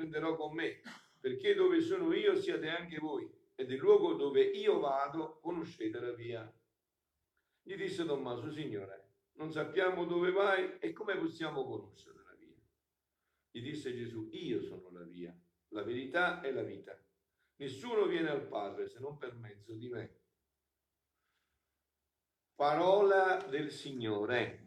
prenderò con me, perché dove sono io siate anche voi, e del luogo dove io vado conoscete la via. Gli disse Tommaso: Signore, non sappiamo dove vai e come possiamo conoscere la via? Gli disse Gesù: io sono la via, la verità e la vita. Nessuno viene al Padre se non per mezzo di me. Parola del Signore.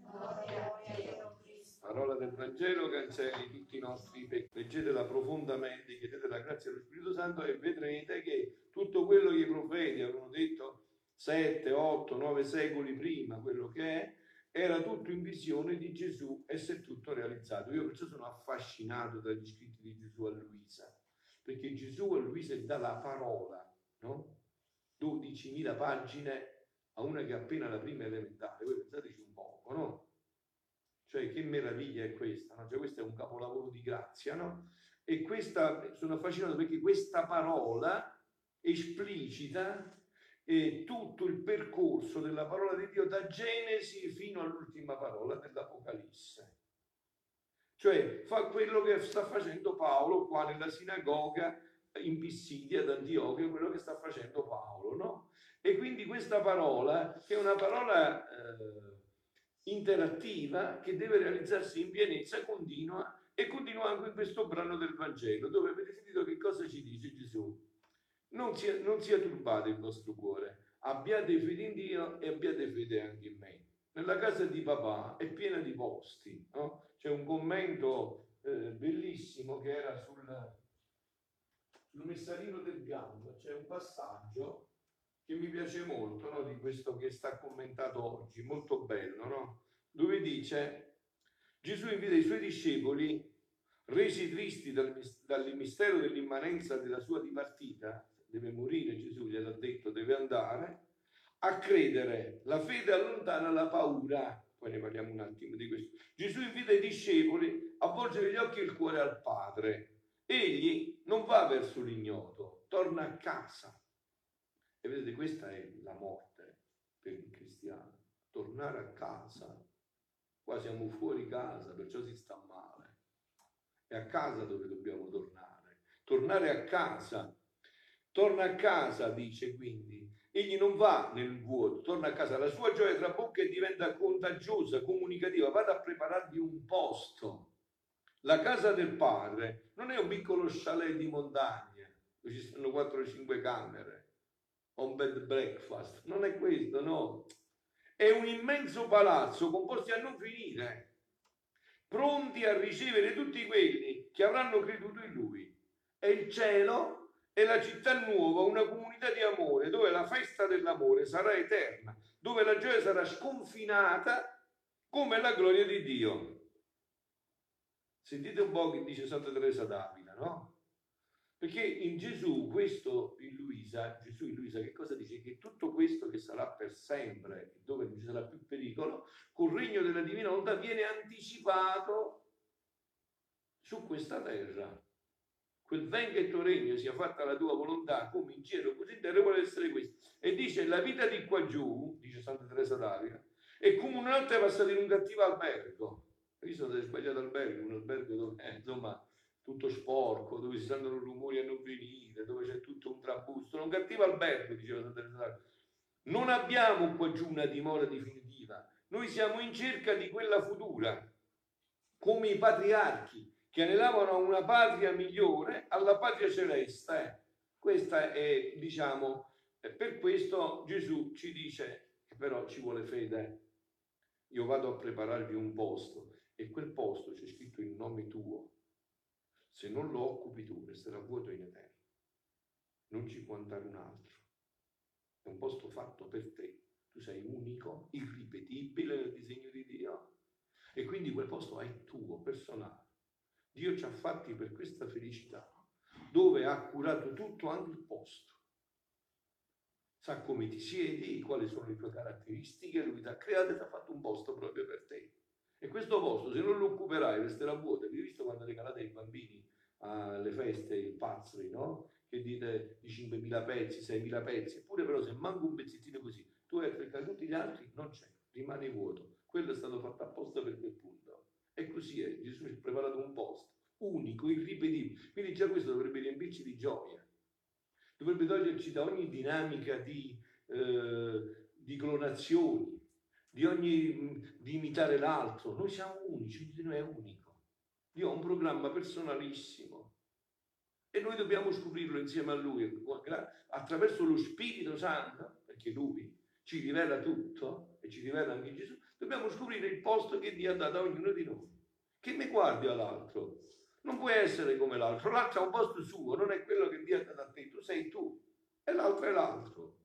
Parola del Vangelo cancelli tutti i nostri peccati. Leggetela profondamente, chiedete la grazia dello Spirito Santo e vedrete che tutto quello che i profeti avevano detto 7, 8, 9 secoli prima, quello che è, era tutto in visione di Gesù e si è tutto realizzato. Io perciò sono affascinato dagli scritti di Gesù a Luisa, perché Gesù a Luisa dà la parola, no? 12.000 pagine a una che è appena la prima elementare. Voi pensateci un poco, no? Cioè, che meraviglia è questa, no? Cioè, questo è un capolavoro di grazia, no? E questa, sono affascinato perché questa parola esplicita tutto il percorso della parola di Dio da Genesi fino all'ultima parola dell'Apocalisse. Cioè, fa quello che sta facendo Paolo qua nella sinagoga in Pissidia ad Antiochia, quello che sta facendo Paolo, no? E quindi questa parola, che è una parola interattiva, che deve realizzarsi in pienezza, continua, e continua anche in questo brano del Vangelo, dove avete sentito che cosa ci dice Gesù? Non sia turbato il vostro cuore, abbiate fede in Dio e abbiate fede anche in me. Nella casa di papà è piena di posti, no? C'è un commento bellissimo che era sul Messarino del Gamba, c'è un passaggio che mi piace molto, no? Di questo che sta commentato oggi, molto bello, no? Dove dice: Gesù invita i suoi discepoli, resi tristi dal mistero dell'immanenza della sua dipartita, deve morire Gesù, gliel'ha detto, deve andare, a credere. La fede allontana la paura. Poi ne parliamo un attimo di questo. Gesù invita i discepoli a volgere gli occhi e il cuore al Padre. Egli non va verso l'ignoto, torna a casa. E vedete, questa è la morte per il cristiano, tornare a casa. Qua siamo fuori casa, perciò si sta male. È a casa dove dobbiamo tornare. Tornare a casa. Torna a casa, dice quindi. Egli non va nel vuoto, torna a casa. La sua gioia trabocca e diventa contagiosa, comunicativa. Vada a prepararvi un posto. La casa del padre non è un piccolo chalet di montagna dove ci stanno 4 o 5 camere, o un bed breakfast. Non è questo, no. È un immenso palazzo con posti a non finire, pronti a ricevere tutti quelli che avranno creduto in lui. È il cielo, è la città nuova, una comunità di amore dove la festa dell'amore sarà eterna, dove la gioia sarà sconfinata come la gloria di Dio. Sentite un po' che dice Santa Teresa d'Avila, no? Perché in Gesù, questo in Luisa, Gesù in Luisa che cosa dice? Che tutto questo che sarà per sempre, dove non ci sarà più pericolo, col regno della divina volontà viene anticipato su questa terra. Quel venga il tuo regno, sia fatta la tua volontà, come in cielo, così in terra, vuole essere questo. E dice, la vita di qua giù, dice Santa Teresa d'Avila, è come una notte passata in un cattivo albergo. Hai visto se è sbagliato albergo? Un albergo dove, insomma, tutto sporco, dove si sentono rumori a non venire, dove c'è tutto un trambusto. Un cattivo albergo, diceva Santa Teresa d'Avila. Non abbiamo qua giù una dimora definitiva. Noi siamo in cerca di quella futura, come i patriarchi che anelavano a una patria migliore, alla patria celeste. Questa è, diciamo, per questo Gesù ci dice che però ci vuole fede. Io vado a prepararvi un posto e quel posto c'è scritto il nome tuo. Se non lo occupi tu, resterà vuoto in eterno. Non ci può andare un altro. È un posto fatto per te. Tu sei unico, irripetibile nel disegno di Dio. E quindi quel posto è tuo, personale. Dio ci ha fatti per questa felicità, dove ha curato tutto, anche il posto. Sa come ti siedi, quali sono le tue caratteristiche, lui ti ha creato e ti ha fatto un posto proprio per te. E questo posto, se non lo occuperai, resterà vuoto. Avete visto quando regalate ai bambini alle feste il puzzle, no? Che dite di 5.000 pezzi, 6.000 pezzi, eppure però se manca un pezzettino così, tu hai cercato tutti gli altri, non c'è, rimane vuoto. Quello è stato fatto apposta per quel punto. E così è, Gesù ci ha preparato un posto, unico, irripetibile. Quindi già questo dovrebbe riempirci di gioia, dovrebbe toglierci da ogni dinamica di clonazioni, di imitare l'altro. Noi siamo unici, ognuno di noi è unico. Io ho un programma personalissimo e noi dobbiamo scoprirlo insieme a Lui, attraverso lo Spirito Santo, perché Lui ci rivela tutto e ci rivela anche Gesù. Dobbiamo scoprire il posto che Dio ha dato a ognuno di noi. Che mi guardi all'altro. Non puoi essere come l'altro. L'altro ha un posto suo, non è quello che Dio ha dato a te. Tu sei tu e l'altro è l'altro.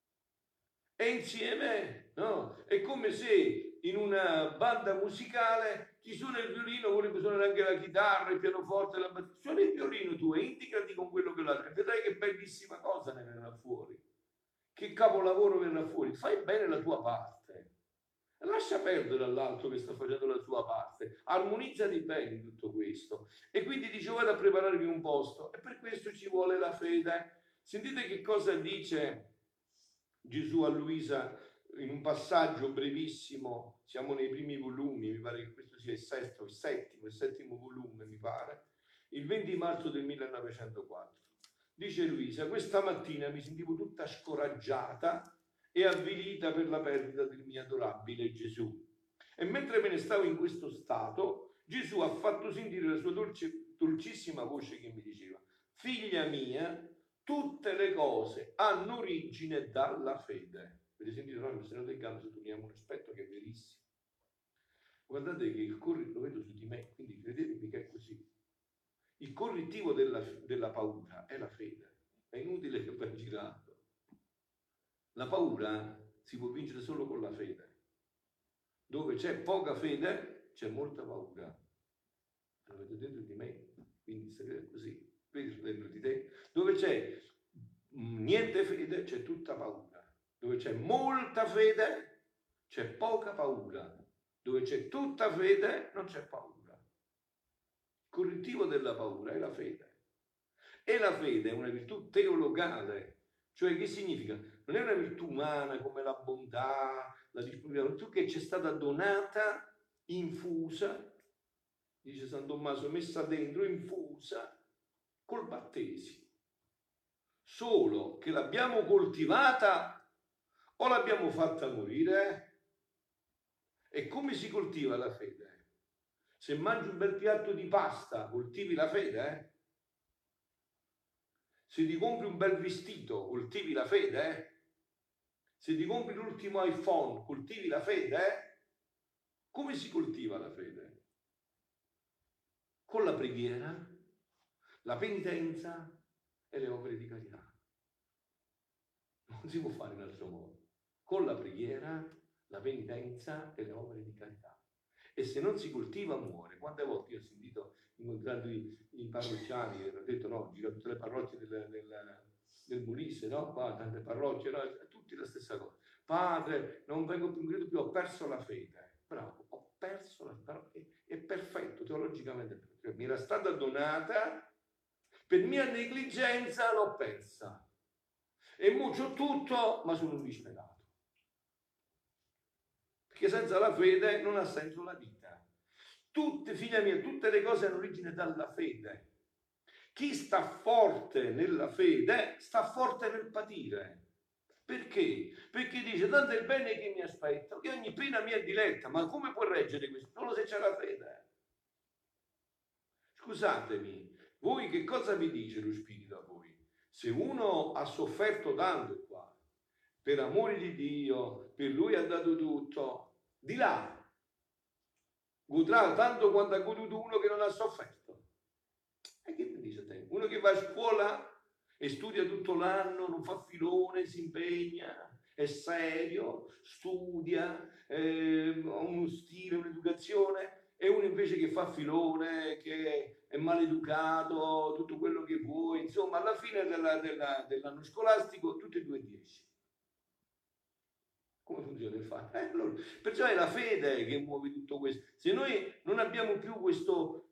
E insieme, no? È come se in una banda musicale chi suona il violino vuole suonare anche la chitarra, il pianoforte, la batteria. Suona il violino tu e integrati con quello che l'altro. E vedrai che bellissima cosa ne verrà fuori. Che capolavoro verrà fuori. Fai bene la tua parte. Lascia perdere all'altro che sta facendo la sua parte. Armonizzati bene in tutto questo. E quindi dice vado a prepararvi un posto. E per questo ci vuole la fede. Sentite che cosa dice Gesù a Luisa in un passaggio brevissimo, siamo nei primi volumi, mi pare che questo sia il settimo volume, mi pare, il 20 marzo del 1904. Dice Luisa, questa mattina mi sentivo tutta scoraggiata e avvilita per la perdita del mio adorabile Gesù. E mentre me ne stavo in questo stato, Gesù ha fatto sentire la sua dolcissima voce che mi diceva, figlia mia, tutte le cose hanno origine dalla fede. Avete sentito, noi nel Seno del Gallo sottolineiamo un aspetto che è verissimo. Guardate che lo vedo su di me, quindi credetemi che è così. Il correttivo della paura è la fede. È inutile che va girato. La paura si può vincere solo con la fede. Dove c'è poca fede, c'è molta paura. Lo vedo dentro di me, quindi se è così. Vedi dentro di te, dove c'è niente fede c'è tutta paura, dove c'è molta fede c'è poca paura, dove c'è tutta fede non c'è paura. Il correttivo della paura è la fede, e la fede è una virtù teologale, cioè che significa? Non è una virtù umana come la bontà, la disponibilità, una virtù che ci è stata donata, infusa, dice San Tommaso, messa dentro, infusa col battesimo, solo che l'abbiamo coltivata o l'abbiamo fatta morire? E come si coltiva la fede? Se mangi un bel piatto di pasta, coltivi la fede? Se ti compri un bel vestito, coltivi la fede? Se ti compri l'ultimo iPhone, coltivi la fede? Come si coltiva la fede? Con la preghiera, la penitenza e le opere di carità. Non si può fare in altro modo. Con la preghiera, la penitenza e le opere di carità. E se non si coltiva, muore. Quante volte io ho sentito, incontrando i parrocchiani, che hanno detto no, giro tutte le parrocchie del Molise, no? Qua tante parrocchie, no? Tutti la stessa cosa. Padre, non vengo più, credo più, ho perso la fede. Bravo, ho perso la fede. È perfetto, teologicamente perfetto. Mi era stata donata, per mia negligenza l'ho persa. E mo c'ho tutto, ma sono un disperato. Perché senza la fede non ha senso la vita. Figlia mia, tutte le cose hanno origine dalla fede. Chi sta forte nella fede sta forte nel patire. Perché? Perché dice, tanto è il bene che mi aspetta, che ogni pena mi è diletta, ma come può reggere questo? Solo se c'è la fede. Scusatemi, voi che cosa vi dice lo Spirito a voi? Se uno ha sofferto tanto qua, per amore di Dio, per lui ha dato tutto, di là godrà tanto quanto ha goduto uno che non ha sofferto. E che ti dice a te? Uno che va a scuola e studia tutto l'anno, non fa filone, si impegna, è serio, studia, ha uno stile, un'educazione, e uno invece che fa filone, che è maleducato, tutto quello che vuoi, insomma, alla fine dell'anno scolastico tutti e due 10. Come funziona il fatto? Allora, perciò è la fede che muove tutto questo. Se noi non abbiamo più questo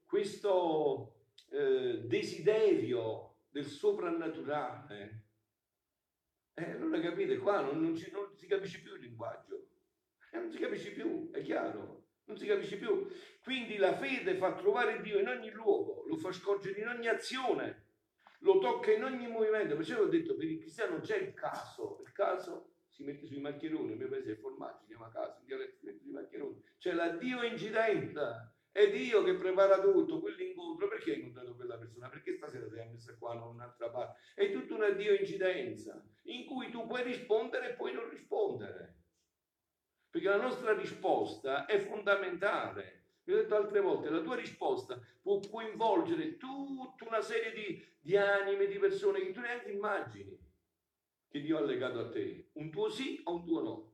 desiderio del soprannaturale, allora capite, qua non si capisce più il linguaggio, non si capisce più, è chiaro. Non si capisce più. Quindi la fede fa trovare Dio in ogni luogo, lo fa scorgere in ogni azione, lo tocca in ogni movimento. Perciò ho detto, per il cristiano non c'è il caso si mette sui maccheroni, il mio paese è formaggio, si chiama caso, in dialetto si mette sui maccheroni. C'è la Dio incidenza, è Dio che prepara tutto, quell'incontro. Perché hai incontrato quella persona? Perché stasera sei messa qua, non un'altra parte? È tutta una Dio incidenza, in cui tu puoi rispondere e puoi non rispondere. Perché la nostra risposta è fondamentale. Vi ho detto altre volte, la tua risposta può coinvolgere tutta una serie di anime, di persone che tu neanche immagini che Dio ha legato a te. Un tuo sì o un tuo no.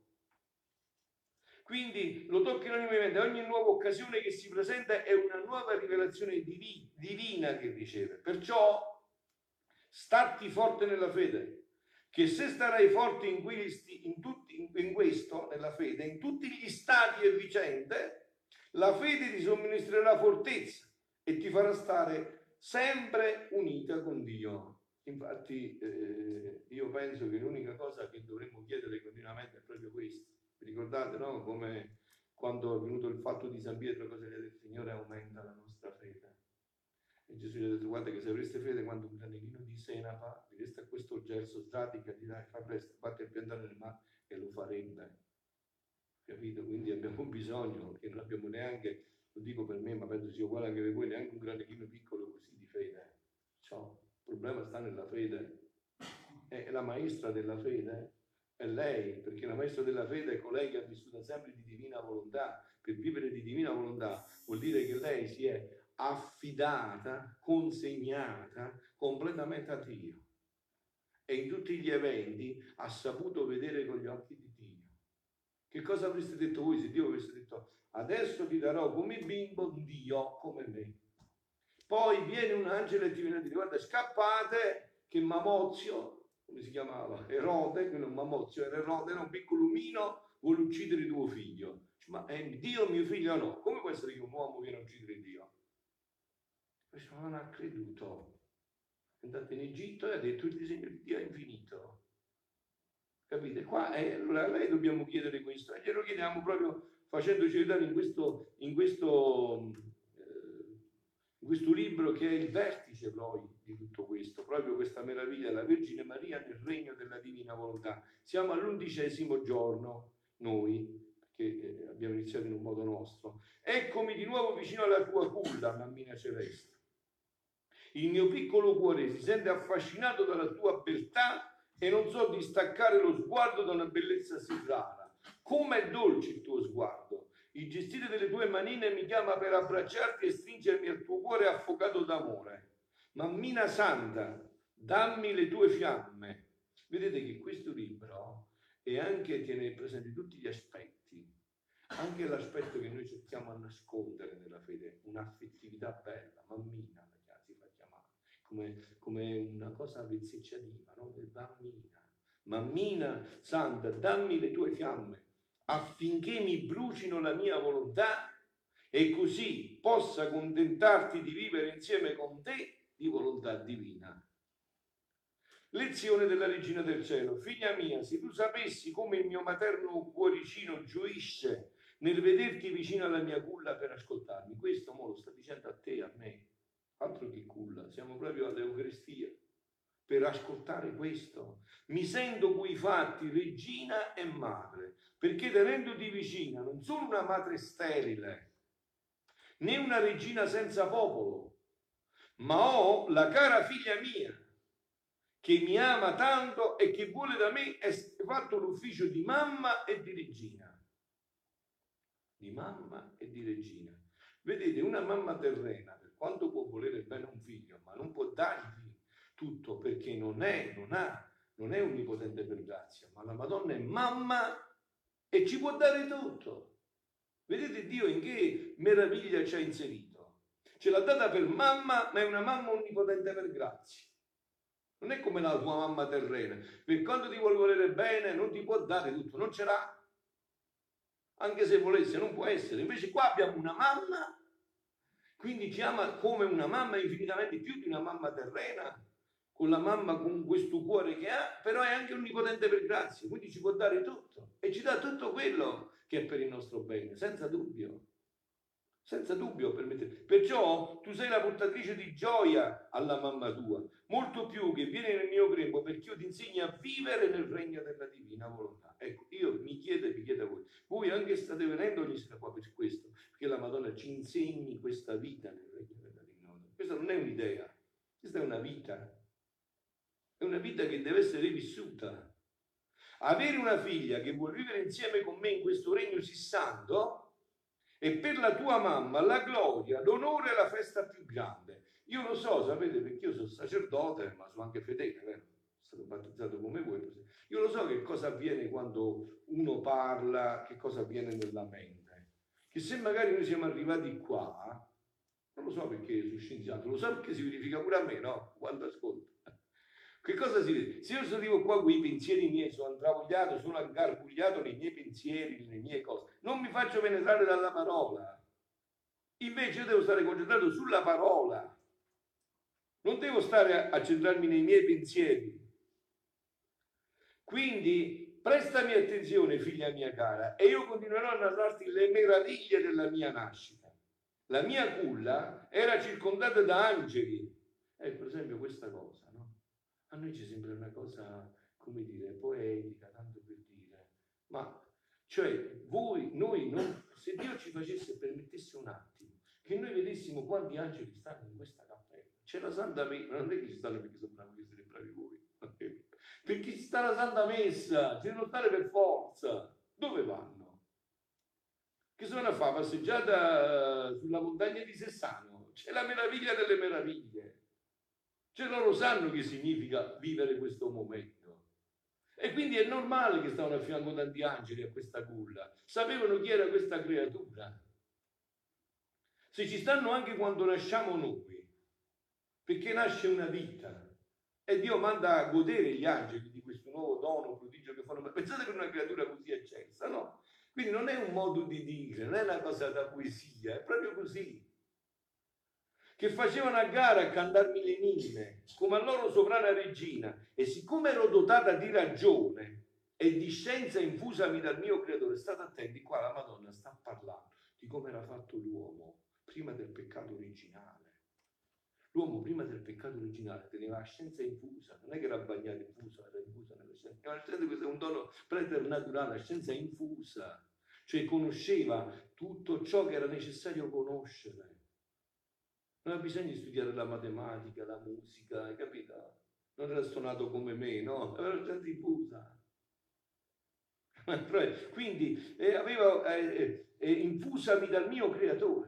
Quindi lo tocca in ogni momento, ogni nuova occasione che si presenta è una nuova rivelazione divina che riceve. Perciò starti forte nella fede, che se starai forte in questo, nella fede, in tutti gli stati e vicende, la fede ti somministrerà fortezza e ti farà stare sempre unita con Dio. Infatti io penso che l'unica cosa che dovremmo chiedere continuamente è proprio questo. Vi ricordate, no? Come quando è venuto il fatto di San Pietro, cosa gli ha detto? Signore, aumenta la nostra fede. E Gesù gli ha detto, guarda che se avreste fede quando un granellino di senape, direste a questo gelso, sradicati, dai, fa presto, fate piantare nel mare, e lo farebbe. Capito? Quindi abbiamo bisogno, che non abbiamo neanche, lo dico per me, ma penso sia uguale anche per voi, neanche un granellino piccolo così di fede. Ciò, il problema sta nella fede. È la maestra della fede, è lei, perché la maestra della fede è colei che ha vissuto sempre di divina volontà. Per vivere di divina volontà vuol dire che lei si è affidata, consegnata completamente a Dio e in tutti gli eventi ha saputo vedere con gli occhi di Dio. Che cosa avreste detto voi se Dio avesse detto adesso ti darò come bimbo un Dio come me? Poi viene un angelo e ti viene a dire guarda scappate che Mamozio, come si chiamava? Erode, che non Mamozio, era Erode, era un piccolo omino, vuole uccidere tuo figlio. Ma è Dio mio figlio? No, come può essere che un uomo viene a uccidere Dio? Questo non ha creduto. È andato in Egitto e ha detto il disegno di Dio è infinito. Capite? Qua allora a lei dobbiamo chiedere questo e glielo chiediamo proprio facendoci aiutare in questo libro che è il vertice poi di tutto questo, proprio questa meraviglia della Vergine Maria nel regno della divina volontà. Siamo all'11° giorno noi, che abbiamo iniziato in un modo nostro. Eccomi di nuovo vicino alla tua culla, mammina celeste. Il mio piccolo cuore si sente affascinato dalla tua beltà e non so distaccare lo sguardo da una bellezza sì rara. Com'è dolce il tuo sguardo! Il gestire delle tue manine mi chiama per abbracciarti e stringermi al tuo cuore affogato d'amore. Mammina Santa, dammi le tue fiamme. Vedete che questo libro e anche tiene presente tutti gli aspetti, anche l'aspetto che noi cerchiamo a nascondere nella fede, un'affettività bella, mammina, si fa chiamare, come una cosa vezzeggiativa, no? Mammina Santa, dammi le tue fiamme affinché mi brucino la mia volontà e così possa contentarti di vivere insieme con te di volontà divina. Lezione della Regina del Cielo. Figlia mia, se tu sapessi come il mio materno cuoricino gioisce nel vederti vicino alla mia culla per ascoltarmi, questo mo lo sta dicendo a te, a me, altro che culla, siamo proprio all'Eucaristia, per ascoltare questo. Mi sento quei fatti regina e madre, perché tenendoti vicina non sono una madre sterile, né una regina senza popolo, ma ho la cara figlia mia, che mi ama tanto e che vuole da me essere fatto l'ufficio di mamma e di regina. Di mamma e di regina. Vedete, una mamma terrena, per quanto può volere bene un figlio, ma non può dargli tutto perché non è onnipotente per grazia, ma la Madonna è mamma e ci può dare tutto. Vedete Dio in che meraviglia ci ha inserito? Ce l'ha data per mamma, ma è una mamma onnipotente per grazia. Non è come la tua mamma terrena, per quanto ti vuole volere bene non ti può dare tutto, non ce l'ha. Anche se volesse non può essere. Invece qua abbiamo una mamma, quindi ci ama come una mamma, infinitamente più di una mamma terrena, con la mamma con questo cuore che ha, però è anche onnipotente per grazia, quindi ci può dare tutto e ci dà tutto quello che è per il nostro bene, senza dubbio. senza dubbio perciò tu sei la portatrice di gioia alla mamma tua, molto più che viene nel mio grembo, perché io ti insegno a vivere nel regno della divina volontà. Ecco, io mi chiedo e vi chiedo a voi anche state venendo ogni sera qua per questo, perché la Madonna ci insegni questa vita nel regno della divina volontà. Questa non è un'idea, questa è una vita che deve essere vissuta. Avere una figlia che vuole vivere insieme con me in questo regno sissando è per la tua mamma la gloria, l'onore e la festa più grande. Io lo so, sapete, perché io sono sacerdote, ma sono anche fedele, vero? Sono stato battezzato come voi. Io lo so che cosa avviene quando uno parla, che cosa avviene nella mente. Che se magari noi siamo arrivati qua, non lo so perché sono scienziato, lo so perché si verifica pure a me, no? Quando ascolto. Che cosa si vede? Se io sono arrivato qua con i pensieri miei, sono intravogliato, sono ingarbugliato nei miei pensieri, nelle mie cose, non mi faccio penetrare dalla parola. Invece io devo stare concentrato sulla parola. Non devo stare a centrarmi nei miei pensieri. Quindi prestami attenzione, figlia mia cara, e io continuerò a narrarti le meraviglie della mia nascita. La mia culla era circondata da angeli. Per esempio questa cosa, no? A noi ci sembra una cosa, come dire, poetica, tanto per dire, ma cioè noi non, se Dio ci facesse, permettesse un attimo, che noi vedessimo quanti angeli stanno in questa cappella, c'è la Santa Messa, non è che ci stanno perché sono bravi, che siete bravi voi, perché ci sta la Santa Messa, ci devono stare per forza. Dove vanno? Che sono a fare passeggiata sulla montagna di Sessano? C'è la meraviglia delle meraviglie. Cioè loro sanno che significa vivere questo momento. E quindi è normale che stavano a fianco tanti angeli a questa culla. Sapevano chi era questa creatura. Se ci stanno anche quando nasciamo noi, perché nasce una vita. E Dio manda a godere gli angeli di questo nuovo dono, prodigio che fanno. Pensate per una creatura così eccelsa, no? Quindi non è un modo di dire, non è una cosa da poesia, è proprio così. Che facevano a gara a cantarmi le ninne, come a loro sovrana regina, e siccome ero dotata di ragione e di scienza infusami dal mio creatore, state attenti, qua la Madonna sta parlando di come era fatto l'uomo prima del peccato originale. L'uomo prima del peccato originale teneva la scienza infusa, non è che era bagnato infusa, era infusa nella scienza. La scienza, questo è un dono preternaturale, la scienza infusa, cioè conosceva tutto ciò che era necessario conoscere. Non ha bisogno di studiare la matematica, la musica, hai capito? Non era stonato come me, no? Aveva la scienza infusa. Quindi aveva infusami dal mio creatore.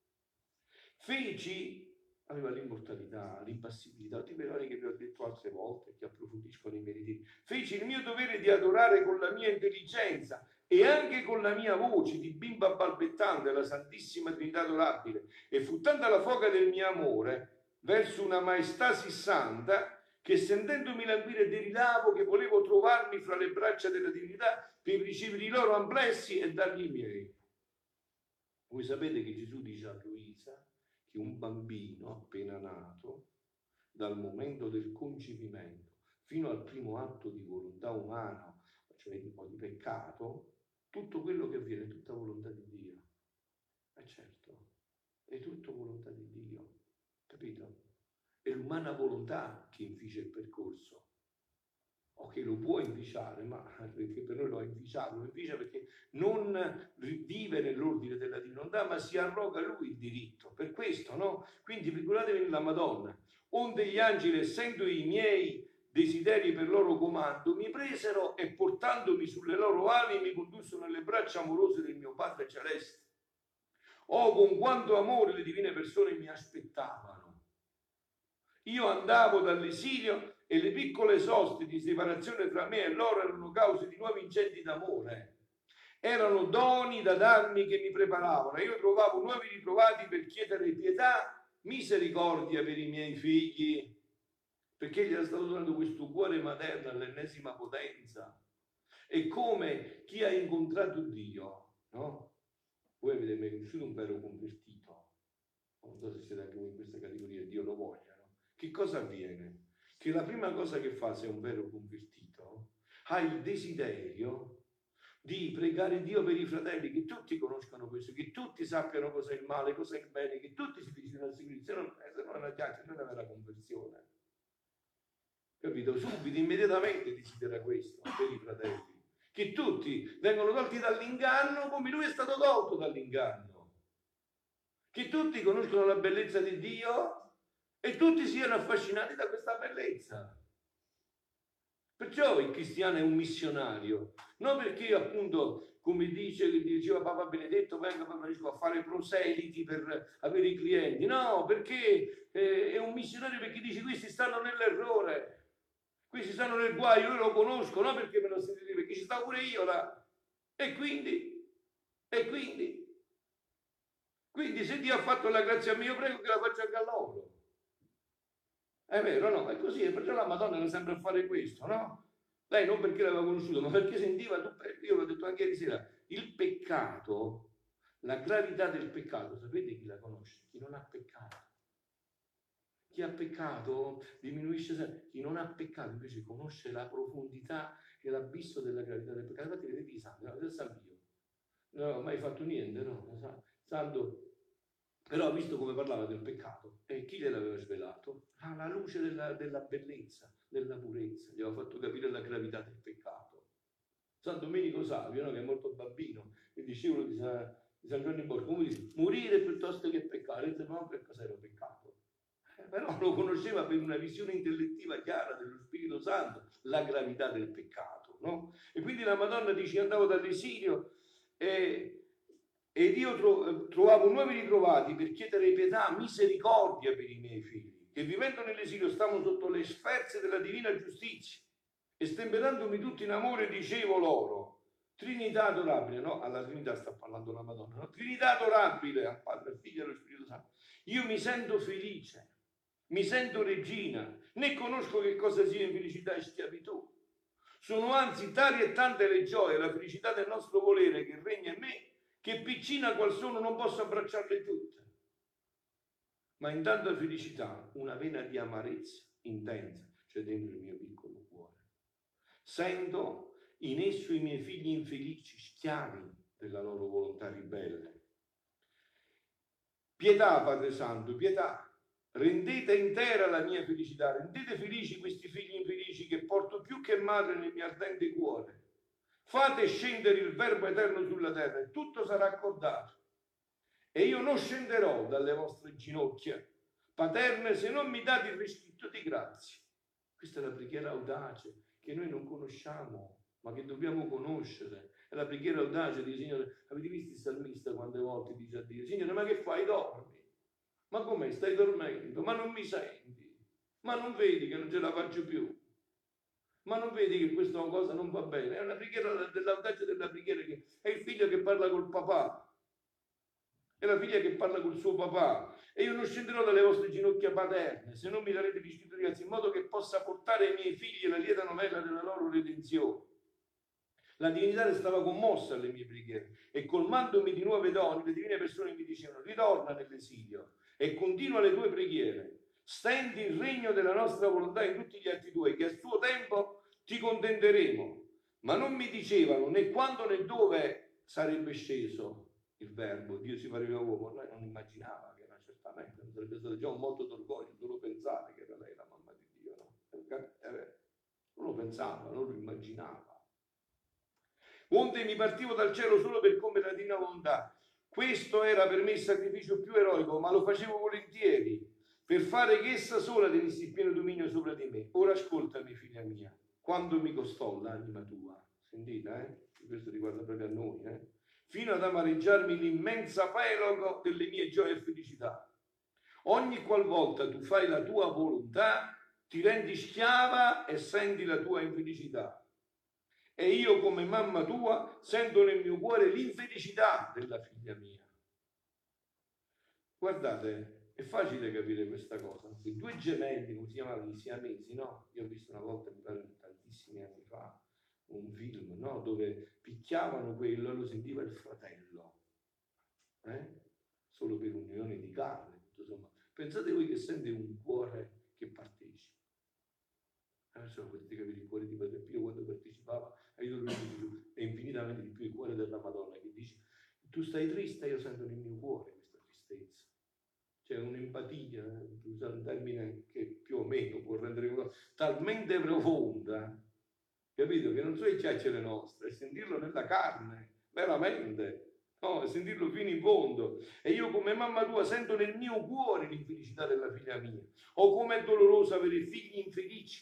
Aveva l'immortalità, l'impassibilità, tutti i valori che vi ho detto altre volte, che approfondiscono i meriti. Feci il mio dovere di adorare con la mia intelligenza e anche con la mia voce di bimba balbettante la Santissima Trinità adorabile, e fu tanta la foga del mio amore verso una maestà sì santa che sentendomi languire derilavo che volevo trovarmi fra le braccia della divinità per ricevere i loro amplessi e dargli i miei. Voi sapete che Gesù dice a Luisa che un bambino appena nato, dal momento del concepimento fino al primo atto di volontà umana, cioè un po' di peccato, tutto quello che avviene è tutta volontà di Dio. Certo, è tutto volontà di Dio, capito? È l'umana volontà che inficia il percorso, o che lo può inficiare, ma perché per noi lo ha inficiato, lo inficia perché non vive nell'ordine della divinità, ma si arroga lui il diritto. Per questo, no? Quindi figuratevi nella Madonna, onde gli angeli, essendo i miei desideri per loro comando, mi presero e portandomi sulle loro ali mi condussero nelle braccia amorose del mio Padre Celeste. Oh, con quanto amore le divine persone mi aspettavano. Io andavo dall'esilio e le piccole soste di separazione tra me e loro erano cause di nuovi incendi d'amore. Erano doni da darmi che mi preparavano. Io trovavo nuovi ritrovati per chiedere pietà, misericordia per i miei figli, perché gli era stato dato questo cuore materno all'ennesima potenza. E come chi ha incontrato Dio, no? Voi avete mai conosciuto un vero convertito? Non so se siete anche voi in questa categoria, Dio lo voglia, no? Che cosa avviene? Che la prima cosa che fa se è un vero convertito ha il desiderio di pregare Dio per i fratelli, che tutti conoscano questo, che tutti sappiano cosa è il male, cosa è il bene, che tutti si vicino al Signore, se no non è una vera conversione. Capito? Subito, immediatamente desidera questo per i fratelli. Che tutti vengono tolti dall'inganno come lui è stato tolto dall'inganno. Che tutti conoscono la bellezza di Dio e tutti siano affascinati da questa bellezza. Perciò il cristiano è un missionario, non perché appunto, come diceva Papa Benedetto, venga Papa Francesco a fare proseliti per avere i clienti, no, perché è un missionario perché dice questi stanno nell'errore, questi stanno nel guaio, io lo conosco, non perché me lo sentite dire, perché ci sta pure io là. E quindi se Dio ha fatto la grazia a me, io prego che la faccia anche a loro. È vero, no? È così, e perciò la Madonna era sempre a fare questo, no? Lei non perché l'aveva conosciuto, ma perché sentiva, io l'ho detto anche ieri sera, il peccato, la gravità del peccato, sapete chi la conosce? Chi non ha peccato. Chi ha peccato diminuisce sempre, chi non ha peccato invece conosce la profondità e l'abisso della gravità del peccato. Infatti vedete i santi, no? San Pio, non ho mai fatto niente, no? Santo, però ha visto come parlava del peccato e chi gliel'aveva svelato? La luce della bellezza, della purezza, gli aveva fatto capire la gravità del peccato. San Domenico Savio, no, che è morto bambino, il discepolo di San Giovanni Bosco, come dice, morire piuttosto che peccare, no, per cosa era peccato? Però lo conosceva per una visione intellettiva chiara dello Spirito Santo, la gravità del peccato, no? E quindi la Madonna dice, andavo dall'esilio ed io trovavo nuovi ritrovati per chiedere pietà, misericordia per i miei figli, che vivendo nell'esilio stavano sotto le sferze della divina giustizia, e stemperandomi tutti in amore dicevo loro, Trinità adorabile, no? Alla Trinità sta parlando la Madonna, no? Trinità adorabile, al Padre, al Figlio e allo Spirito Santo. Io mi sento felice, mi sento regina, né conosco che cosa sia infelicità e schiavitù. Sono anzi tali e tante le gioie, la felicità del nostro volere che regna in me, che piccina qual sono non posso abbracciarle tutte. Ma in tanta felicità una vena di amarezza intensa c'è dentro il mio piccolo cuore. Sento in esso i miei figli infelici, schiavi della loro volontà ribelle. Pietà, Padre Santo, pietà. Rendete intera la mia felicità, rendete felici questi figli infelici che porto più che madre nel mio ardente cuore. Fate scendere il Verbo eterno sulla terra e tutto sarà accordato. E io non scenderò dalle vostre ginocchia paterne se non mi date il rescritto di grazie. Questa è la preghiera audace che noi non conosciamo, ma che dobbiamo conoscere. È la preghiera audace di Signore. Avete visto il salmista quante volte dice a Dio, Signore, ma che fai? Dormi. Ma come stai dormendo? Ma non mi senti? Ma non vedi che non ce la faccio più? Ma non vedi che questa cosa non va bene? È una preghiera dell'audacia della preghiera, che è il figlio che parla col papà, è la figlia che parla col suo papà. E io non scenderò dalle vostre ginocchia paterne se non mi darete riscritto di grazia, in modo che possa portare ai miei figli la lieta novella della loro redenzione. La divinità restava commossa alle mie preghiere e colmandomi di nuove doni, le divine persone mi dicevano, ritorna nell'esilio e continua le tue preghiere, stendi il regno della nostra volontà in tutti gli atti tuoi, che a suo tempo ti contenteremo. Ma non mi dicevano né quando né dove sarebbe sceso il Verbo, Dio si faceva uomo. Lei non immaginava che era, certamente non sarebbe stato già un moto d'orgoglio solo pensare che era lei la mamma di Dio, no? Non lo pensava, non lo immaginava. Onde mi partivo dal cielo solo per compiere la divina volontà. Questo era per me il sacrificio più eroico, ma lo facevo volentieri, per fare che essa sola tenesse il pieno dominio sopra di me. Ora ascoltami, figlia mia, quanto mi costò l'anima tua. Sentite, questo riguarda proprio a noi, fino ad amareggiarmi l'immensa pelogo delle mie gioie e felicità. Ogni qualvolta tu fai la tua volontà, ti rendi schiava e senti la tua infelicità. E io come mamma tua sento nel mio cuore l'infelicità della figlia mia. Guardate, è facile capire questa cosa. I due gemelli, come si chiamavano, i siamesi, no? Io ho visto una volta, mi pare tantissimi anni fa, un film, no? Dove picchiavano quello e lo sentiva il fratello. Solo per unione di carne, insomma. Pensate voi che sente un cuore che partecipa. persona potete capire il cuore di Padre Pio quando partecipava ai dolori di Gesù, e infinitamente di più il cuore della Madonna, che dice: tu stai triste, io sento nel mio cuore questa tristezza. C'è un'empatia, per usare un termine che più o meno può rendere conto, talmente profonda, capito? Che non so i chiacchiere nostre, è sentirlo nella carne, veramente, no? È sentirlo fino in fondo. E io come mamma tua sento nel mio cuore l'infelicità della figlia mia. O come è doloroso avere figli infelici.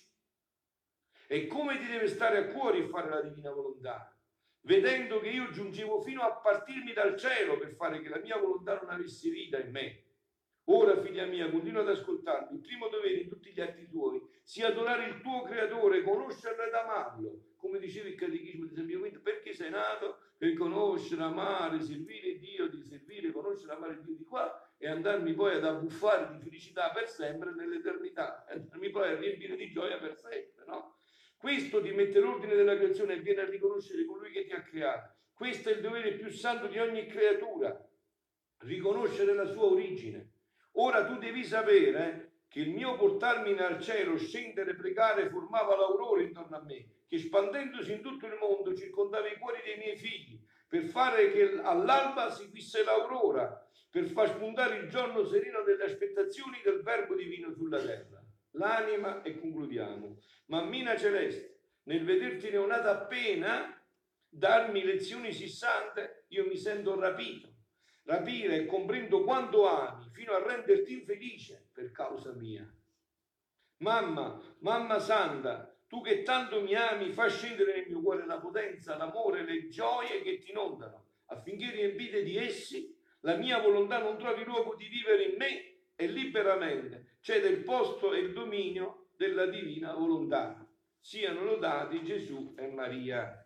E come ti deve stare a cuore il fare la divina volontà, vedendo che io giungevo fino a partirmi dal cielo per fare che la mia volontà non avesse vita in me. Ora, figlia mia, continua ad ascoltarmi. Il primo dovere in tutti gli atti tuoi sia adorare il tuo creatore, conoscerlo ed amarlo. Come diceva il Catechismo di San Pio V, perché sei nato? Per conoscere, amare, servire Dio, di servire, conoscere, amare Dio di qua e andarmi poi ad abbuffare di felicità per sempre nell'eternità, e andarmi poi a riempire di gioia per sempre, no? Questo ti mette l'ordine della creazione e viene a riconoscere colui che ti ha creato. Questo è il dovere più santo di ogni creatura, riconoscere la sua origine. Ora tu devi sapere che il mio portarmi al cielo, scendere, pregare, formava l'aurora intorno a me, che spandendosi in tutto il mondo circondava i cuori dei miei figli, per fare che all'alba si visse l'aurora, per far spuntare il giorno sereno delle aspettazioni del Verbo divino sulla terra. L'anima, e concludiamo, mammina celeste, nel vederti neonata appena, darmi lezioni sì sante, io mi sento rapito. Rapire e comprendo quanto ami, fino a renderti infelice per causa mia. Mamma, mamma santa, tu che tanto mi ami, fai scendere nel mio cuore la potenza, l'amore, le gioie che ti inondano, affinché riempite di essi la mia volontà non trovi luogo di vivere in me e liberamente cede il posto e il dominio della divina volontà. Siano lodati Gesù e Maria.